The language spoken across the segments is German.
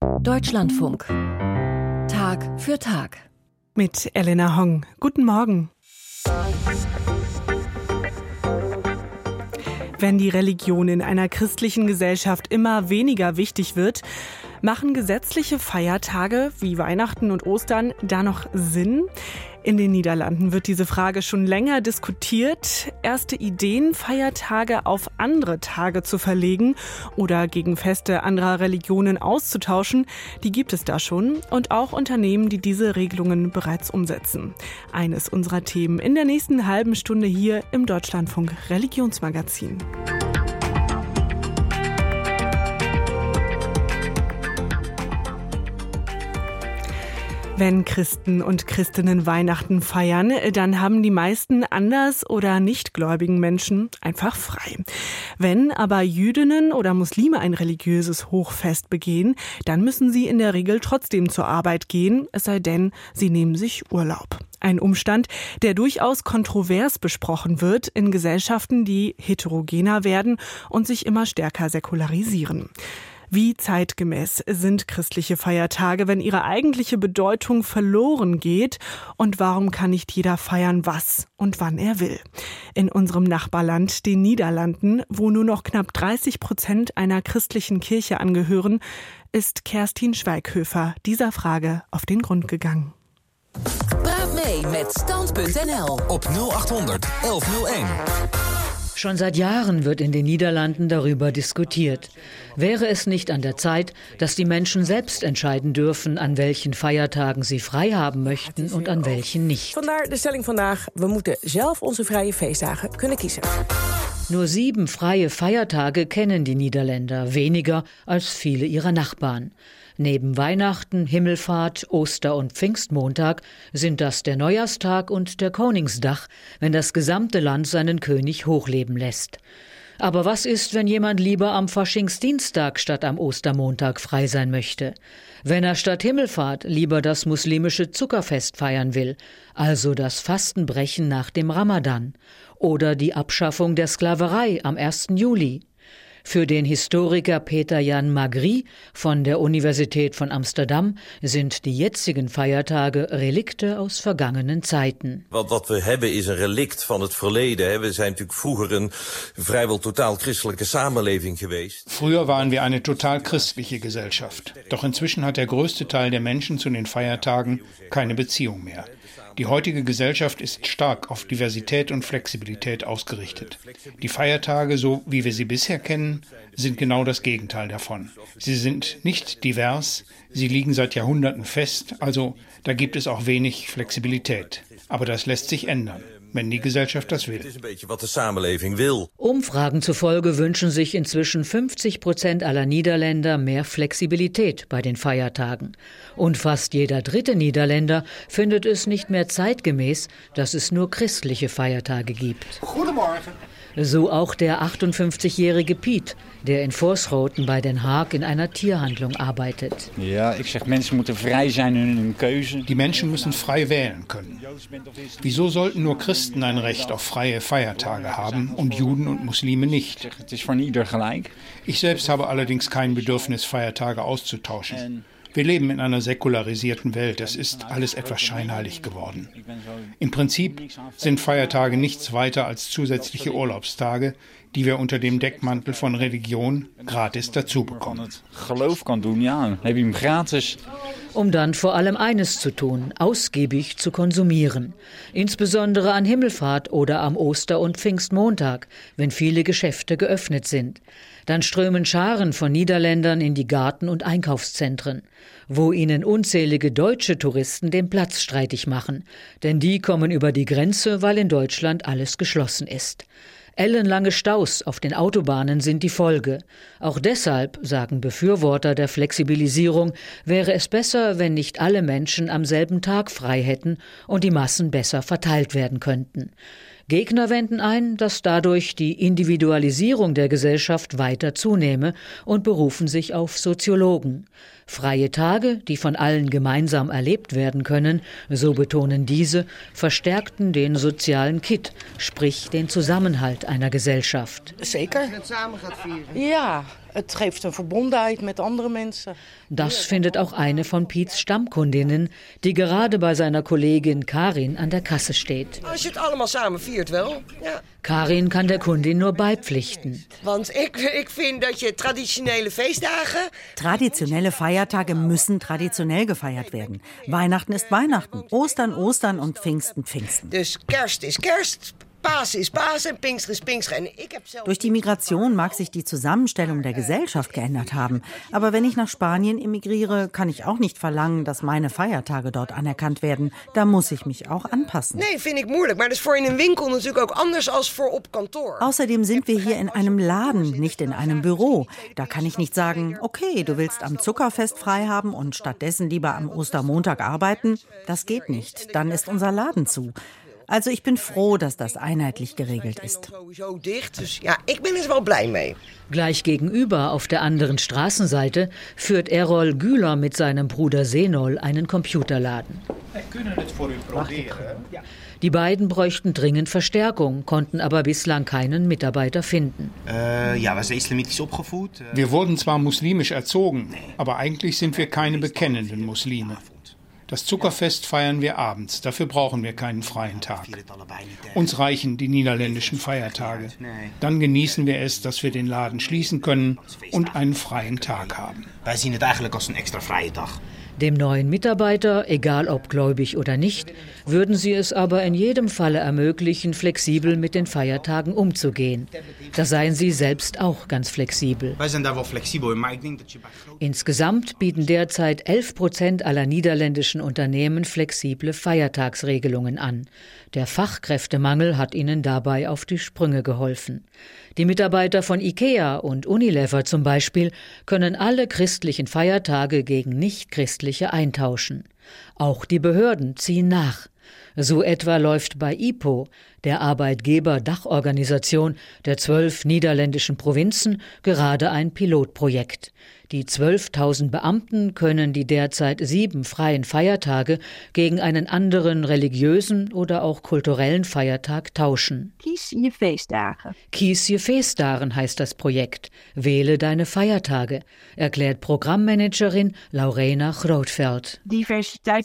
Deutschlandfunk. Tag für Tag. Mit Elena Hong. Guten Morgen. Wenn die Religion in einer christlichen Gesellschaft immer weniger wichtig wird, machen gesetzliche Feiertage wie Weihnachten und Ostern da noch Sinn? In den Niederlanden wird diese Frage schon länger diskutiert. Erste Ideen, Feiertage auf andere Tage zu verlegen oder gegen Feste anderer Religionen auszutauschen, die gibt es da schon. Und auch Unternehmen, die diese Regelungen bereits umsetzen. Eines unserer Themen in der nächsten halben Stunde hier im Deutschlandfunk Religionsmagazin. Wenn Christen und Christinnen Weihnachten feiern, dann haben die meisten anders- oder nichtgläubigen Menschen einfach frei. Wenn aber Jüdinnen oder Muslime ein religiöses Hochfest begehen, dann müssen sie in der Regel trotzdem zur Arbeit gehen, es sei denn, sie nehmen sich Urlaub. Ein Umstand, der durchaus kontrovers besprochen wird in Gesellschaften, die heterogener werden und sich immer stärker säkularisieren. Wie zeitgemäß sind christliche Feiertage, wenn ihre eigentliche Bedeutung verloren geht? Und warum kann nicht jeder feiern, was und wann er will? In unserem Nachbarland, den Niederlanden, wo nur noch knapp 30% einer christlichen Kirche angehören, ist Kerstin Schweighöfer dieser Frage auf den Grund gegangen. Praat mee met Stand.nl op 0800 1101. Schon seit Jahren wird in den Niederlanden darüber diskutiert. Wäre es nicht an der Zeit, dass die Menschen selbst entscheiden dürfen, an welchen Feiertagen sie frei haben möchten und an welchen nicht? Vandaar de stelling vandaag, we moeten zelf onze vrije feestdagen kunnen kiezen. Nur 7 freie Feiertage kennen die Niederländer, weniger als viele ihrer Nachbarn. Neben Weihnachten, Himmelfahrt, Oster- und Pfingstmontag sind das der Neujahrstag und der Koningsdag, wenn das gesamte Land seinen König hochleben lässt. Aber was ist, wenn jemand lieber am Faschingsdienstag statt am Ostermontag frei sein möchte? Wenn er statt Himmelfahrt lieber das muslimische Zuckerfest feiern will, also das Fastenbrechen nach dem Ramadan, oder die Abschaffung der Sklaverei am 1. Juli? Für den Historiker Peter-Jan Magri von der Universität von Amsterdam sind die jetzigen Feiertage Relikte aus vergangenen Zeiten. Wat we hebben is een relict van het verleden. We zijn natuurlijk vroeger een vrijwel totaal christelijke samenleving geweest. Früher waren wir eine total christliche Gesellschaft. Doch inzwischen hat der größte Teil der Menschen zu den Feiertagen keine Beziehung mehr. Die heutige Gesellschaft ist stark auf Diversität und Flexibilität ausgerichtet. Die Feiertage, so wie wir sie bisher kennen, sind genau das Gegenteil davon. Sie sind nicht divers, sie liegen seit Jahrhunderten fest, also da gibt es auch wenig Flexibilität. Aber das lässt sich ändern, wenn die Gesellschaft das will. Umfragen zufolge wünschen sich inzwischen 50% aller Niederländer mehr Flexibilität bei den Feiertagen. Und fast jeder dritte Niederländer findet es nicht mehr zeitgemäß, dass es nur christliche Feiertage gibt. Goedemorgen. So auch der 58-jährige Piet, der in Voorschoten bei Den Haag in einer Tierhandlung arbeitet. Ja, ich sag, Menschen moeten vrij zijn in hun keuze. Die Menschen müssen frei wählen können. Wieso sollten nur Christen ein Recht auf freie Feiertage haben und Juden und Muslime nicht? Het is voor ieder gelijk. Ich selbst habe allerdings kein Bedürfnis, Feiertage auszutauschen. Wir leben in einer säkularisierten Welt. Es ist alles etwas scheinheilig geworden. Im Prinzip sind Feiertage nichts weiter als zusätzliche Urlaubstage, die wir unter dem Deckmantel von Religion gratis dazu bekommen. Geloof kan doen, ja, heb je hem gratis. Um dann vor allem eines zu tun, ausgiebig zu konsumieren. Insbesondere an Himmelfahrt oder am Oster- und Pfingstmontag, wenn viele Geschäfte geöffnet sind. Dann strömen Scharen von Niederländern in die Garten- und Einkaufszentren, wo ihnen unzählige deutsche Touristen den Platz streitig machen. Denn die kommen über die Grenze, weil in Deutschland alles geschlossen ist. Ellenlange Staus auf den Autobahnen sind die Folge. Auch deshalb, sagen Befürworter der Flexibilisierung, wäre es besser, wenn nicht alle Menschen am selben Tag frei hätten und die Massen besser verteilt werden könnten. Gegner wenden ein, dass dadurch die Individualisierung der Gesellschaft weiter zunehme und berufen sich auf Soziologen. Freie Tage, die von allen gemeinsam erlebt werden können, so betonen diese, verstärkten den sozialen Kit, sprich den Zusammenhalt einer Gesellschaft. Zeker. Ja, Het geeft een verbondenheid met andere mensen. Das findet auch eine von Piets Stammkundinnen, die gerade bei seiner Kollegin Karin an der Kasse steht. Als je het allemaal samen viert wel. Ja. Karin kann der Kundin nur beipflichten. Want ik vind dat je traditionele feestdagen... Traditionelle Feiertage müssen traditionell gefeiert werden. Weihnachten ist Weihnachten, Ostern, Ostern und Pfingsten, Pfingsten. Dus kerst is kerst... Pasen ist Pasen, Pinkster ist Pinkster. Durch die Migration mag sich die Zusammenstellung der Gesellschaft geändert haben. Aber wenn ich nach Spanien emigriere, kann ich auch nicht verlangen, dass meine Feiertage dort anerkannt werden. Da muss ich mich auch anpassen. Nee, vind ik moeilijk. Maar dat is voor in een winkel natuurlijk ook anders als voor op kantoor. Außerdem sind wir hier in einem Laden, nicht in einem Büro. Da kann ich nicht sagen, okay, du willst am Zuckerfest frei haben und stattdessen lieber am Ostermontag arbeiten. Das geht nicht. Dann ist unser Laden zu. Also ich bin froh, dass das einheitlich geregelt ist. Ja, ich bin er wel blij mee. Gleich gegenüber, auf der anderen Straßenseite, führt Errol Güler mit seinem Bruder Senol einen Computerladen. Die beiden bräuchten dringend Verstärkung, konnten aber bislang keinen Mitarbeiter finden. Wir wurden zwar muslimisch erzogen, aber eigentlich sind wir keine bekennenden Muslime. Das Zuckerfest feiern wir abends, dafür brauchen wir keinen freien Tag. Uns reichen die niederländischen Feiertage. Dann genießen wir es, dass wir den Laden schließen können und einen freien Tag haben. Wij zien het eigenlijk als een extra vrije dag. Dem neuen Mitarbeiter, egal ob gläubig oder nicht, würden sie es aber in jedem Falle ermöglichen, flexibel mit den Feiertagen umzugehen. Da seien sie selbst auch ganz flexibel. Wij zijn daar wel flexibel in, maar ik denk dat je bij Insgesamt bieten derzeit 11% aller niederländischen Unternehmen flexible Feiertagsregelungen an. Der Fachkräftemangel hat ihnen dabei auf die Sprünge geholfen. Die Mitarbeiter von IKEA und Unilever zum Beispiel können alle christlichen Feiertage gegen nicht-christliche eintauschen. Auch die Behörden ziehen nach. So etwa läuft bei IPO, der Arbeitgeber-Dachorganisation der 12 niederländischen Provinzen, gerade ein Pilotprojekt. Die 12.000 Beamten können die derzeit 7 freien Feiertage gegen einen anderen religiösen oder auch kulturellen Feiertag tauschen. Kies je feestdagen. Kies je feestdagen heißt das Projekt. Wähle deine Feiertage, erklärt Programmmanagerin Laurena Grootveld. Diversiteit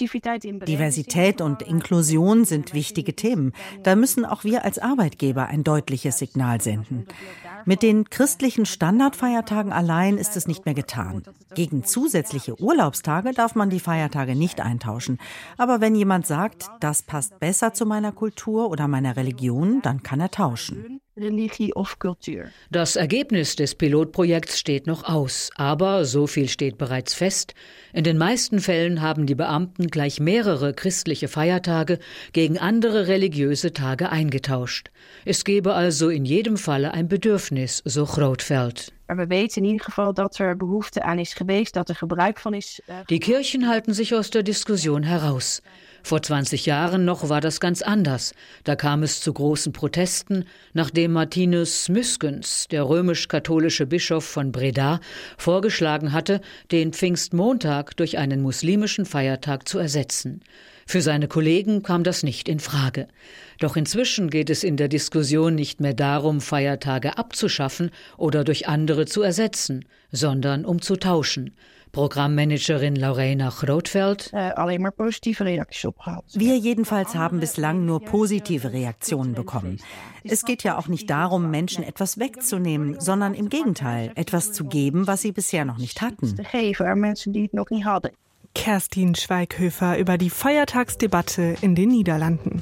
und Inklusion sind wichtige Themen. Da müssen auch wir als Arbeitgeber ein deutliches Signal senden. Mit den christlichen Standardfeiertagen allein ist es nicht mehr getan. Gegen zusätzliche Urlaubstage darf man die Feiertage nicht eintauschen. Aber wenn jemand sagt, das passt besser zu meiner Kultur oder meiner Religion, dann kann er tauschen. Religie of Kultur. Das Ergebnis des Pilotprojekts steht noch aus, aber so viel steht bereits fest. In den meisten Fällen haben die Beamten gleich mehrere christliche Feiertage gegen andere religiöse Tage eingetauscht. Es gebe also in jedem Falle ein Bedürfnis, so Grootveld. Maar we weten in ieder geval dat er behoefte aan is geweest, dat er gebruik van is. Die Kirchen halten sich aus der Diskussion heraus. Vor 20 Jahren noch war das ganz anders. Da kam es zu großen Protesten, nachdem Martinus Müskens, der römisch-katholische Bischof von Breda, vorgeschlagen hatte, den Pfingstmontag durch einen muslimischen Feiertag zu ersetzen. Für seine Kollegen kam das nicht in Frage. Doch inzwischen geht es in der Diskussion nicht mehr darum, Feiertage abzuschaffen oder durch andere zu ersetzen, sondern um zu tauschen. Programmmanagerin Laurena Grootveld. Alleen maar positieve reacties opgehaald. Wir jedenfalls haben bislang nur positive Reaktionen bekommen. Es geht ja auch nicht darum, Menschen etwas wegzunehmen, sondern im Gegenteil, etwas zu geben, was sie bisher noch nicht hatten. Te geven aan mensen die het nog niet hadden. Kerstin Schweighöfer über die Feiertagsdebatte in den Niederlanden.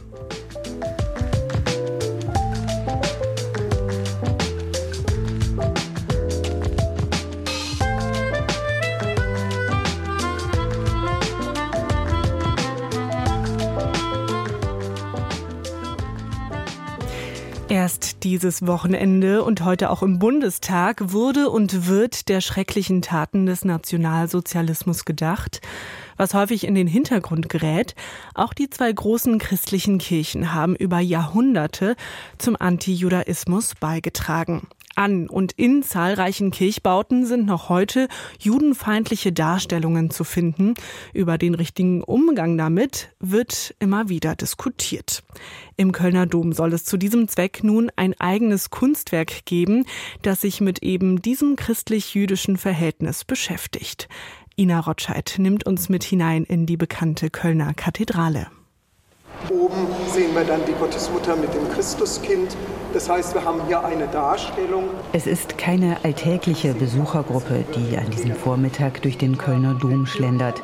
Erst dieses Wochenende und heute auch im Bundestag wurde und wird der schrecklichen Taten des Nationalsozialismus gedacht, was häufig in den Hintergrund gerät. Auch die 2 großen christlichen Kirchen haben über Jahrhunderte zum Antijudaismus beigetragen. An und in zahlreichen Kirchbauten sind noch heute judenfeindliche Darstellungen zu finden. Über den richtigen Umgang damit wird immer wieder diskutiert. Im Kölner Dom soll es zu diesem Zweck nun ein eigenes Kunstwerk geben, das sich mit eben diesem christlich-jüdischen Verhältnis beschäftigt. Ina Rotscheid nimmt uns mit hinein in die bekannte Kölner Kathedrale. Oben sehen wir dann die Gottesmutter mit dem Christuskind. Das heißt, wir haben hier eine Darstellung. Es ist keine alltägliche Besuchergruppe, die an diesem Vormittag durch den Kölner Dom schlendert.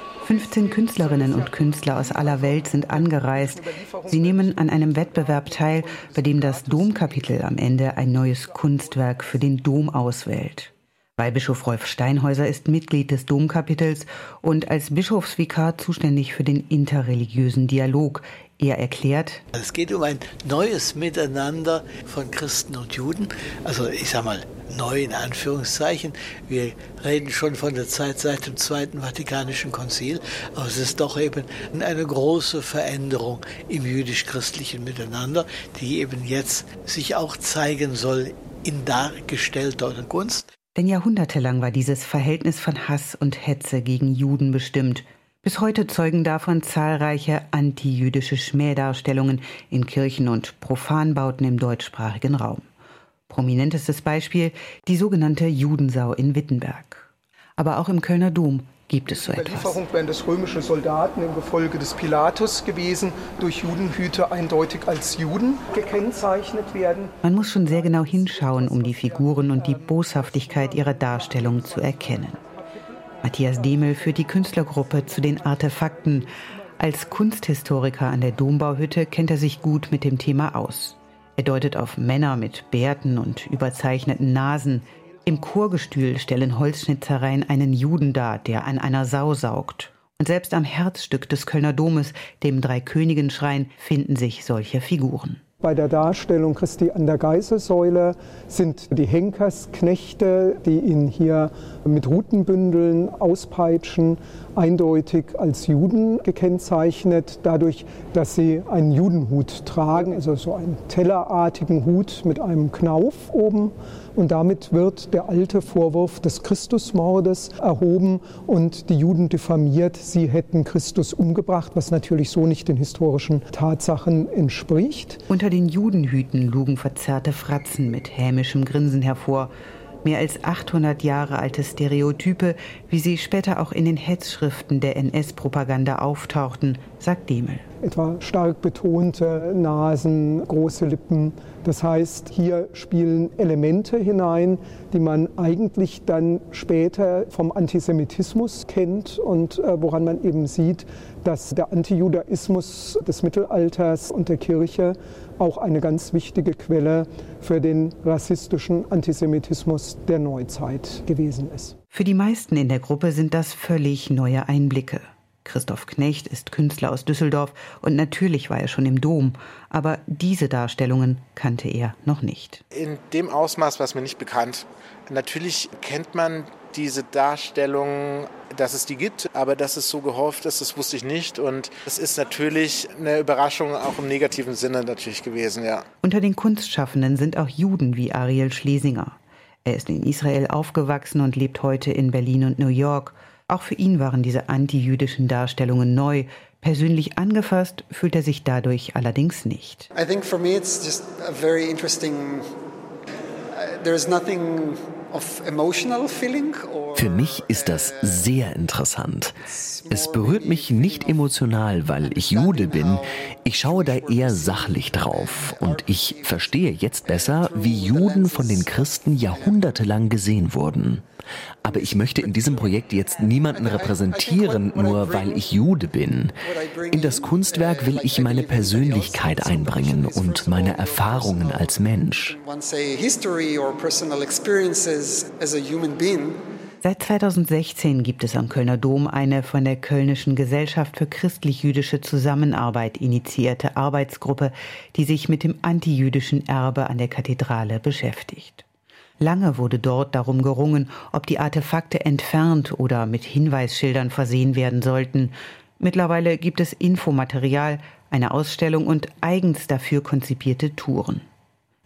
15 Künstlerinnen und Künstler aus aller Welt sind angereist. Sie nehmen an einem Wettbewerb teil, bei dem das Domkapitel am Ende ein neues Kunstwerk für den Dom auswählt. Weihbischof Rolf Steinhäuser ist Mitglied des Domkapitels und als Bischofsvikar zuständig für den interreligiösen Dialog. Er erklärt: Es geht um ein neues Miteinander von Christen und Juden. Also ich sage mal, neu in Anführungszeichen. Wir reden schon von der Zeit seit dem Zweiten Vatikanischen Konzil. Aber es ist doch eben eine große Veränderung im jüdisch-christlichen Miteinander, die eben jetzt sich auch zeigen soll in dargestellter Kunst. Denn jahrhundertelang war dieses Verhältnis von Hass und Hetze gegen Juden bestimmt. Bis heute zeugen davon zahlreiche antijüdische Schmähdarstellungen in Kirchen und Profanbauten im deutschsprachigen Raum. Prominentestes Beispiel die sogenannte Judensau in Wittenberg. Aber auch im Kölner Dom gibt es so etwas. Bei der Lieferung wären das römische Soldaten im Gefolge des Pilatus gewesen, durch Judenhüte eindeutig als Juden gekennzeichnet werden. Man muss schon sehr genau hinschauen, um die Figuren und die Boshaftigkeit ihrer Darstellung zu erkennen. Matthias Demel führt die Künstlergruppe zu den Artefakten. Als Kunsthistoriker an der Dombauhütte kennt er sich gut mit dem Thema aus. Er deutet auf Männer mit Bärten und überzeichneten Nasen. Im Chorgestühl stellen Holzschnitzereien einen Juden dar, der an einer Sau saugt. Und selbst am Herzstück des Kölner Domes, dem Dreikönigenschrein, finden sich solche Figuren. Bei der Darstellung Christi an der Geißelsäule sind die Henkersknechte, die ihn hier mit Rutenbündeln auspeitschen, eindeutig als Juden gekennzeichnet, dadurch, dass sie einen Judenhut tragen, also so einen tellerartigen Hut mit einem Knauf oben. Und damit wird der alte Vorwurf des Christusmordes erhoben und die Juden diffamiert, sie hätten Christus umgebracht, was natürlich so nicht den historischen Tatsachen entspricht. Unter den Judenhüten lugen verzerrte Fratzen mit hämischem Grinsen hervor. Mehr als 800 Jahre alte Stereotype, wie sie später auch in den Hetzschriften der NS-Propaganda auftauchten, sagt Demel. Etwa stark betonte Nasen, große Lippen. Das heißt, hier spielen Elemente hinein, die man eigentlich dann später vom Antisemitismus kennt und woran man eben sieht, dass der Antijudaismus des Mittelalters und der Kirche auch eine ganz wichtige Quelle für den rassistischen Antisemitismus der Neuzeit gewesen ist. Für die meisten in der Gruppe sind das völlig neue Einblicke. Christoph Knecht ist Künstler aus Düsseldorf und natürlich war er schon im Dom, aber diese Darstellungen kannte er noch nicht. In dem Ausmaß war es mir nicht bekannt. Natürlich kennt man diese Darstellung, dass es die gibt, aber dass es so gehäuft ist, das wusste ich nicht. Und es ist natürlich eine Überraschung, auch im negativen Sinne natürlich gewesen, ja. Unter den Kunstschaffenden sind auch Juden wie Ariel Schlesinger. Er ist in Israel aufgewachsen und lebt heute in Berlin und New York. Auch für ihn waren diese antijüdischen Darstellungen neu. Persönlich angefasst fühlt er sich dadurch allerdings nicht. I think for me it's just a very interesting. There's nothing of emotional feeling. Für mich ist das sehr interessant. Es berührt mich nicht emotional, weil ich Jude bin. Ich schaue da eher sachlich drauf. Und ich verstehe jetzt besser, wie Juden von den Christen jahrhundertelang gesehen wurden. Aber ich möchte in diesem Projekt jetzt niemanden repräsentieren, nur weil ich Jude bin. In das Kunstwerk will ich meine Persönlichkeit einbringen und meine Erfahrungen als Mensch. Seit 2016 gibt es am Kölner Dom eine von der Kölnischen Gesellschaft für christlich-jüdische Zusammenarbeit initiierte Arbeitsgruppe, die sich mit dem antijüdischen Erbe an der Kathedrale beschäftigt. Lange wurde dort darum gerungen, ob die Artefakte entfernt oder mit Hinweisschildern versehen werden sollten. Mittlerweile gibt es Infomaterial, eine Ausstellung und eigens dafür konzipierte Touren.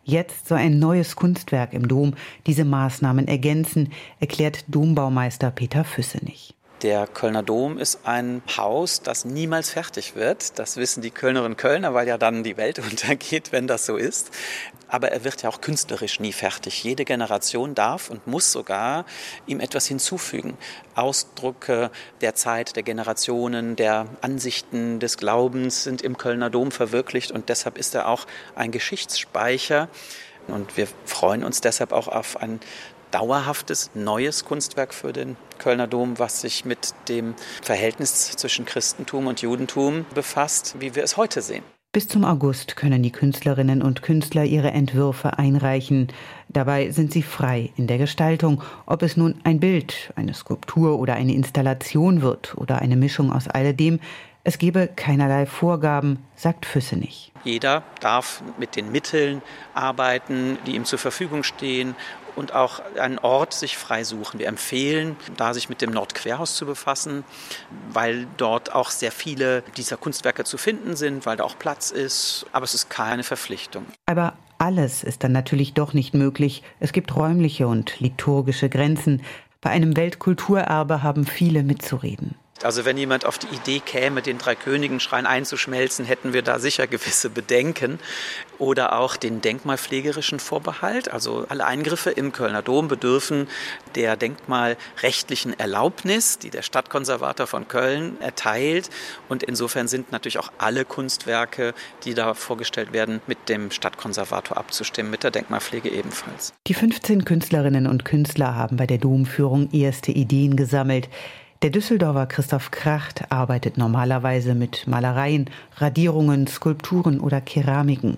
Jetzt soll ein neues Kunstwerk im Dom diese Maßnahmen ergänzen, erklärt Dombaumeister Peter Füssenich. Der Kölner Dom ist ein Haus, das niemals fertig wird. Das wissen die Kölnerinnen und Kölner, weil ja dann die Welt untergeht, wenn das so ist. Aber er wird ja auch künstlerisch nie fertig. Jede Generation darf und muss sogar ihm etwas hinzufügen. Ausdrücke der Zeit, der Generationen, der Ansichten des Glaubens sind im Kölner Dom verwirklicht. Und deshalb ist er auch ein Geschichtsspeicher. Und wir freuen uns deshalb auch auf ein dauerhaftes, neues Kunstwerk für den Kölner Dom, was sich mit dem Verhältnis zwischen Christentum und Judentum befasst, wie wir es heute sehen. Bis zum August können die Künstlerinnen und Künstler ihre Entwürfe einreichen. Dabei sind sie frei in der Gestaltung, ob es nun ein Bild, eine Skulptur oder eine Installation wird oder eine Mischung aus alledem. Es gebe keinerlei Vorgaben, sagt Füssenich. Jeder darf mit den Mitteln arbeiten, die ihm zur Verfügung stehen, und auch einen Ort sich frei suchen. Wir empfehlen, da sich mit dem Nordquerhaus zu befassen, weil dort auch sehr viele dieser Kunstwerke zu finden sind, weil da auch Platz ist. Aber es ist keine Verpflichtung. Aber alles ist dann natürlich doch nicht möglich. Es gibt räumliche und liturgische Grenzen. Bei einem Weltkulturerbe haben viele mitzureden. Also wenn jemand auf die Idee käme, den Dreikönigenschrein einzuschmelzen, hätten wir da sicher gewisse Bedenken. Oder auch den denkmalpflegerischen Vorbehalt. Also alle Eingriffe im Kölner Dom bedürfen der denkmalrechtlichen Erlaubnis, die der Stadtkonservator von Köln erteilt. Und insofern sind natürlich auch alle Kunstwerke, die da vorgestellt werden, mit dem Stadtkonservator abzustimmen, mit der Denkmalpflege ebenfalls. Die 15 Künstlerinnen und Künstler haben bei der Domführung erste Ideen gesammelt. Der Düsseldorfer Christoph Kracht arbeitet normalerweise mit Malereien, Radierungen, Skulpturen oder Keramiken.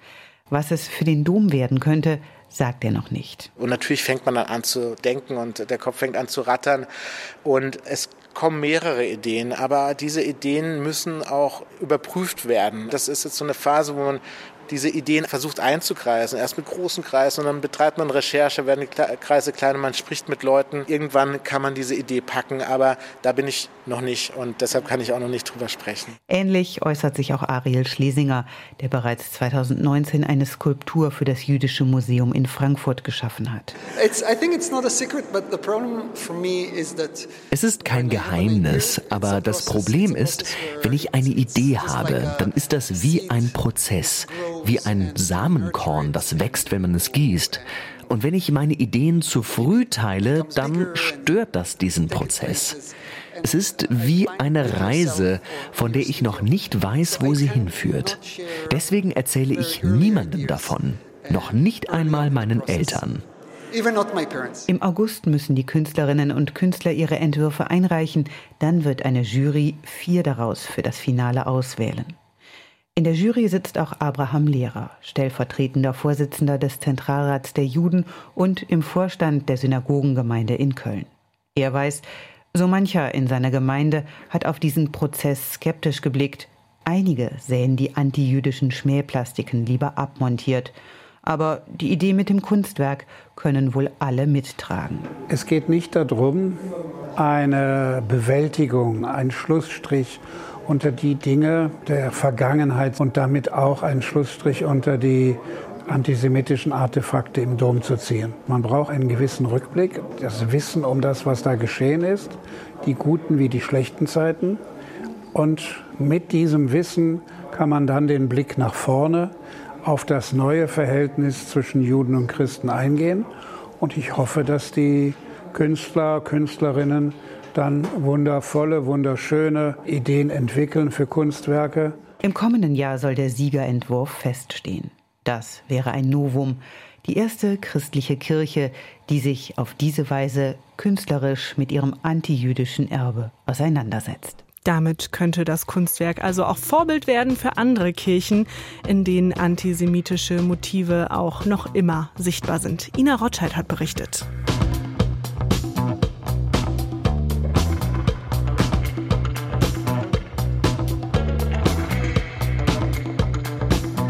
Was es für den Dom werden könnte, sagt er noch nicht. Und natürlich fängt man dann an zu denken und der Kopf fängt an zu rattern und es kommen mehrere Ideen, aber diese Ideen müssen auch überprüft werden. Das ist jetzt so eine Phase, wo man diese Ideen versucht einzukreisen, erst mit großen Kreisen und dann betreibt man Recherche, werden die Kreise kleiner, man spricht mit Leuten. Irgendwann kann man diese Idee packen, aber da bin ich noch nicht und deshalb kann ich auch noch nicht drüber sprechen. Ähnlich äußert sich auch Ariel Schlesinger, der bereits 2019 eine Skulptur für das Jüdische Museum in Frankfurt geschaffen hat. Es ist kein Geheimnis, aber das Problem ist, wenn ich eine Idee habe, dann ist das wie ein Prozess. Wie ein Samenkorn, das wächst, wenn man es gießt. Und wenn ich meine Ideen zu früh teile, dann stört das diesen Prozess. Es ist wie eine Reise, von der ich noch nicht weiß, wo sie hinführt. Deswegen erzähle ich niemandem davon, noch nicht einmal meinen Eltern. Im August müssen die Künstlerinnen und Künstler ihre Entwürfe einreichen. Dann wird eine Jury 4 daraus für das Finale auswählen. In der Jury sitzt auch Abraham Lehrer, stellvertretender Vorsitzender des Zentralrats der Juden und im Vorstand der Synagogengemeinde in Köln. Er weiß, so mancher in seiner Gemeinde hat auf diesen Prozess skeptisch geblickt. Einige sähen die antijüdischen Schmähplastiken lieber abmontiert. Aber die Idee mit dem Kunstwerk können wohl alle mittragen. Es geht nicht darum, eine Bewältigung, einen Schlussstrich unter die Dinge der Vergangenheit und damit auch einen Schlussstrich unter die antisemitischen Artefakte im Dom zu ziehen. Man braucht einen gewissen Rückblick, das Wissen um das, was da geschehen ist, die guten wie die schlechten Zeiten. Und mit diesem Wissen kann man dann den Blick nach vorne auf das neue Verhältnis zwischen Juden und Christen eingehen. Und ich hoffe, dass die Künstler, Künstlerinnen dann wundervolle, wunderschöne Ideen entwickeln für Kunstwerke. Im kommenden Jahr soll der Siegerentwurf feststehen. Das wäre ein Novum. Die erste christliche Kirche, die sich auf diese Weise künstlerisch mit ihrem antijüdischen Erbe auseinandersetzt. Damit könnte das Kunstwerk also auch Vorbild werden für andere Kirchen, in denen antisemitische Motive auch noch immer sichtbar sind. Ina Rotscheid hat berichtet.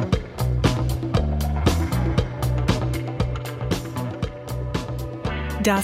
Das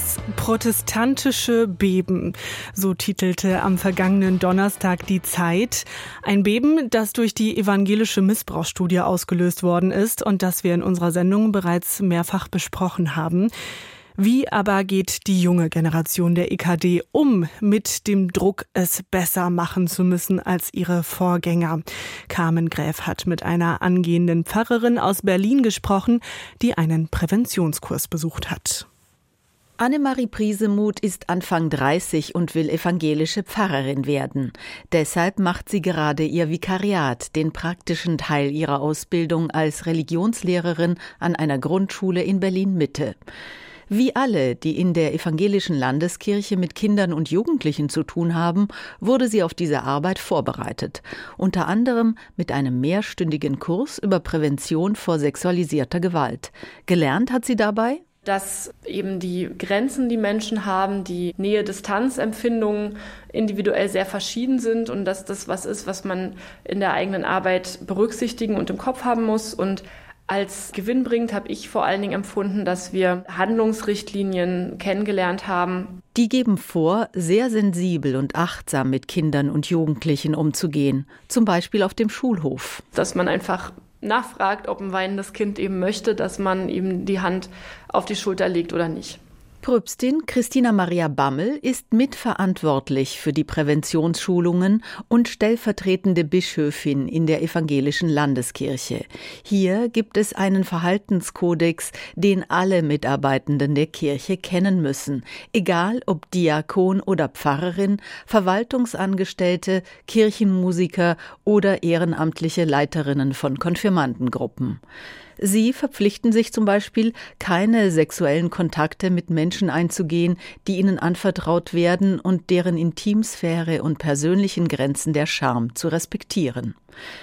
Protestantische Beben, so titelte am vergangenen Donnerstag die Zeit. Ein Beben, das durch die evangelische Missbrauchsstudie ausgelöst worden ist und das wir in unserer Sendung bereits mehrfach besprochen haben. Wie aber geht die junge Generation der EKD um mit dem Druck, es besser machen zu müssen als ihre Vorgänger? Carmen Gräf hat mit einer angehenden Pfarrerin aus Berlin gesprochen, die einen Präventionskurs besucht hat. Annemarie Priesemuth ist Anfang 30 und will evangelische Pfarrerin werden. Deshalb macht sie gerade ihr Vikariat, den praktischen Teil ihrer Ausbildung als Religionslehrerin an einer Grundschule in Berlin-Mitte. Wie alle, die in der evangelischen Landeskirche mit Kindern und Jugendlichen zu tun haben, wurde sie auf diese Arbeit vorbereitet. Unter anderem mit einem mehrstündigen Kurs über Prävention vor sexualisierter Gewalt. Gelernt hat sie dabei, dass eben die Grenzen, die Menschen haben, die Nähe-Distanz-Empfindungen individuell sehr verschieden sind und dass das was ist, was man in der eigenen Arbeit berücksichtigen und im Kopf haben muss. Und als gewinnbringend habe ich vor allen Dingen empfunden, dass wir Handlungsrichtlinien kennengelernt haben. Die geben vor, sehr sensibel und achtsam mit Kindern und Jugendlichen umzugehen, zum Beispiel auf dem Schulhof. Dass man einfach nachfragt, ob ein weinendes Kind eben möchte, dass man ihm die Hand auf die Schulter legt oder nicht. Pröpstin Christina Maria Bammel ist mitverantwortlich für die Präventionsschulungen und stellvertretende Bischöfin in der evangelischen Landeskirche. Hier gibt es einen Verhaltenskodex, den alle Mitarbeitenden der Kirche kennen müssen, egal ob Diakon oder Pfarrerin, Verwaltungsangestellte, Kirchenmusiker oder ehrenamtliche Leiterinnen von Konfirmandengruppen. Sie verpflichten sich zum Beispiel, keine sexuellen Kontakte mit Menschen einzugehen, die ihnen anvertraut werden und deren Intimsphäre und persönlichen Grenzen der Scham zu respektieren.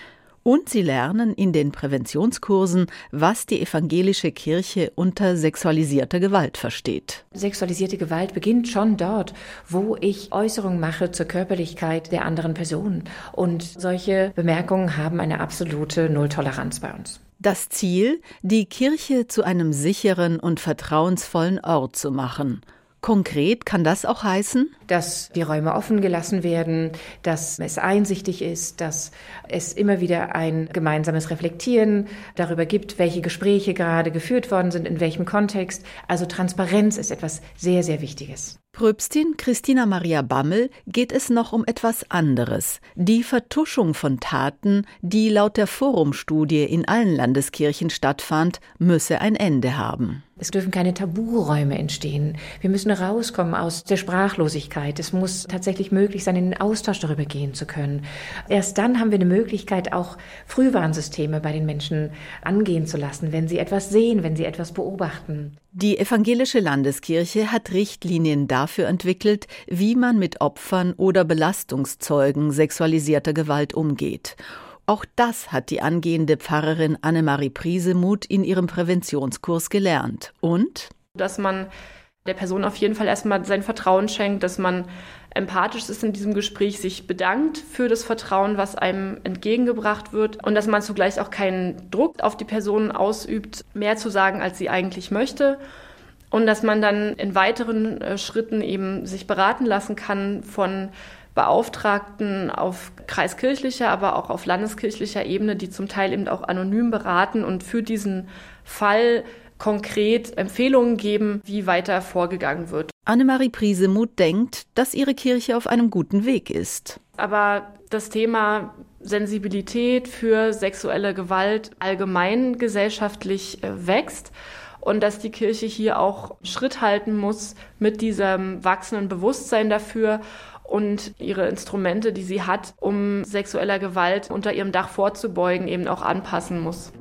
Und sie lernen in den Präventionskursen, was die evangelische Kirche unter sexualisierter Gewalt versteht. Sexualisierte Gewalt beginnt schon dort, wo ich Äußerungen mache zur Körperlichkeit der anderen Person. Und solche Bemerkungen haben eine absolute Nulltoleranz bei uns. Das Ziel, die Kirche zu einem sicheren und vertrauensvollen Ort zu machen. Konkret kann das auch heißen, dass die Räume offen gelassen werden, dass es einsichtig ist, dass es immer wieder ein gemeinsames Reflektieren darüber gibt, welche Gespräche gerade geführt worden sind, in welchem Kontext. Also Transparenz ist etwas sehr, sehr Wichtiges. Pröpstin Christina Maria Bammel geht es noch um etwas anderes. Die Vertuschung von Taten, die laut der Forumstudie in allen Landeskirchen stattfand, müsse ein Ende haben. Es dürfen keine Taburäume entstehen. Wir müssen rauskommen aus der Sprachlosigkeit. Es muss tatsächlich möglich sein, in den Austausch darüber gehen zu können. Erst dann haben wir eine Möglichkeit, auch Frühwarnsysteme bei den Menschen angehen zu lassen, wenn sie etwas sehen, wenn sie etwas beobachten. Die evangelische Landeskirche hat Richtlinien dafür entwickelt, wie man mit Opfern oder Belastungszeugen sexualisierter Gewalt umgeht. Auch das hat die angehende Pfarrerin Annemarie Priesemuth in ihrem Präventionskurs gelernt. Und? Dass man der Person auf jeden Fall erstmal sein Vertrauen schenkt, dass man empathisch ist in diesem Gespräch, sich bedankt für das Vertrauen, was einem entgegengebracht wird und dass man zugleich auch keinen Druck auf die Person ausübt, mehr zu sagen, als sie eigentlich möchte. Und dass man dann in weiteren Schritten eben sich beraten lassen kann von Beauftragten auf kreiskirchlicher, aber auch auf landeskirchlicher Ebene, die zum Teil eben auch anonym beraten und für diesen Fall konkret Empfehlungen geben, wie weiter vorgegangen wird. Annemarie Priesemuth denkt, dass ihre Kirche auf einem guten Weg ist. Aber das Thema Sensibilität für sexuelle Gewalt allgemein gesellschaftlich wächst. Und dass die Kirche hier auch Schritt halten muss mit diesem wachsenden Bewusstsein dafür und ihre Instrumente, die sie hat, um sexueller Gewalt unter ihrem Dach vorzubeugen, eben auch anpassen muss.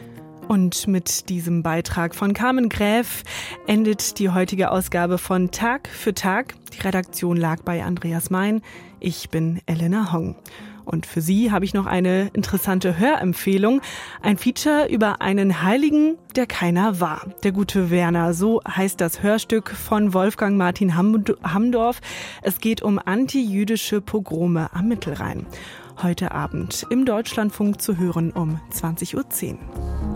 Und mit diesem Beitrag von Carmen Gräf endet die heutige Ausgabe von Tag für Tag. Die Redaktion lag bei Andreas Mein. Ich bin Elena Hong. Und für Sie habe ich noch eine interessante Hörempfehlung. Ein Feature über einen Heiligen, der keiner war. Der gute Werner, so heißt das Hörstück von Wolfgang Martin Hamdorf. Es geht um antijüdische Pogrome am Mittelrhein. Heute Abend im Deutschlandfunk zu hören um 20:10 Uhr.